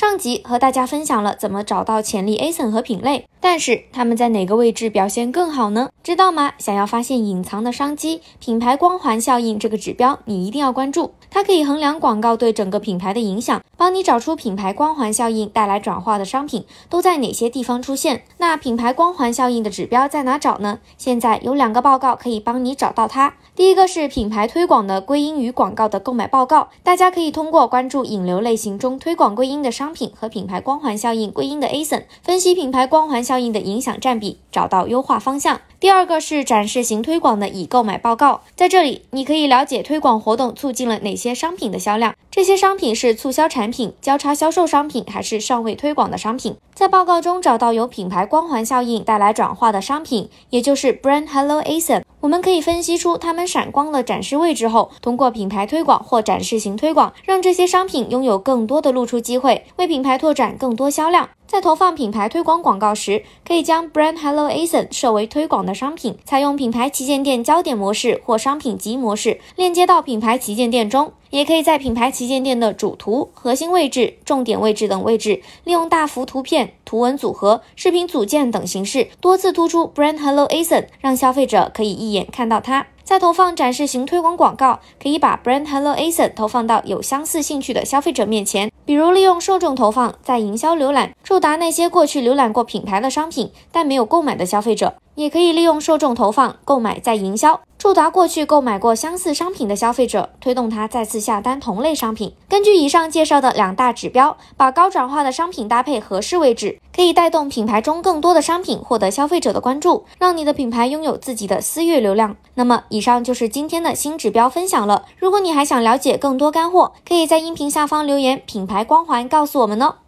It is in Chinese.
上集和大家分享了怎么找到潜力 ASIN 和品类，但是它们在哪个位置表现更好呢？知道吗？想要发现隐藏的商机，品牌光环效应这个指标你一定要关注，它可以衡量广告对整个品牌的影响，帮你找出品牌光环效应带来转化的商品都在哪些地方出现。那品牌光环效应的指标在哪找呢？现在有2个报告可以帮你找到它。第一个是品牌推广的归因与广告的购买报告，大家可以通过关注引流类型中推广归因的商品和品牌光环效应归因的 ASIN， 分析品牌光环效应的影响占比，找到优化方向。第二个是展示型推广的已购买报告，在这里你可以了解推广活动促进了哪些商品的销量，这些商品是促销产品、交叉销售商品还是尚未推广的商品，在报告中找到有品牌光环效应带来转化的商品，也就是 Brand Halo ASIN， 我们可以分析出它们闪光了展示位置后，通过品牌推广或展示型推广，让这些商品拥有更多的露出机会，为品牌拓展更多销量。在投放品牌推广广告时，可以将 Brand Halo ASIN 设为推广的商品，采用品牌旗舰店焦点模式或商品集模式，链接到品牌旗舰店中。也可以在品牌旗舰店的主图、核心位置、重点位置等位置，利用大幅图片、图文组合、视频组件等形式，多次突出 Brand Halo ASIN， 让消费者可以一眼看到它。在投放展示型推广广告，可以把 Brand Halo ASIN 投放到有相似兴趣的消费者面前，比如利用受众投放，在营销浏览触达那些过去浏览过品牌的商品但没有购买的消费者，也可以利用受众投放购买再营销，触达过去购买过相似商品的消费者，推动他再次下单同类商品。根据以上介绍的2大指标，把高转化的商品搭配合适位置，可以带动品牌中更多的商品获得消费者的关注，让你的品牌拥有自己的私域流量。那么以上就是今天的新指标分享了，如果你还想了解更多干货，可以在音频下方留言品牌光环告诉我们哦。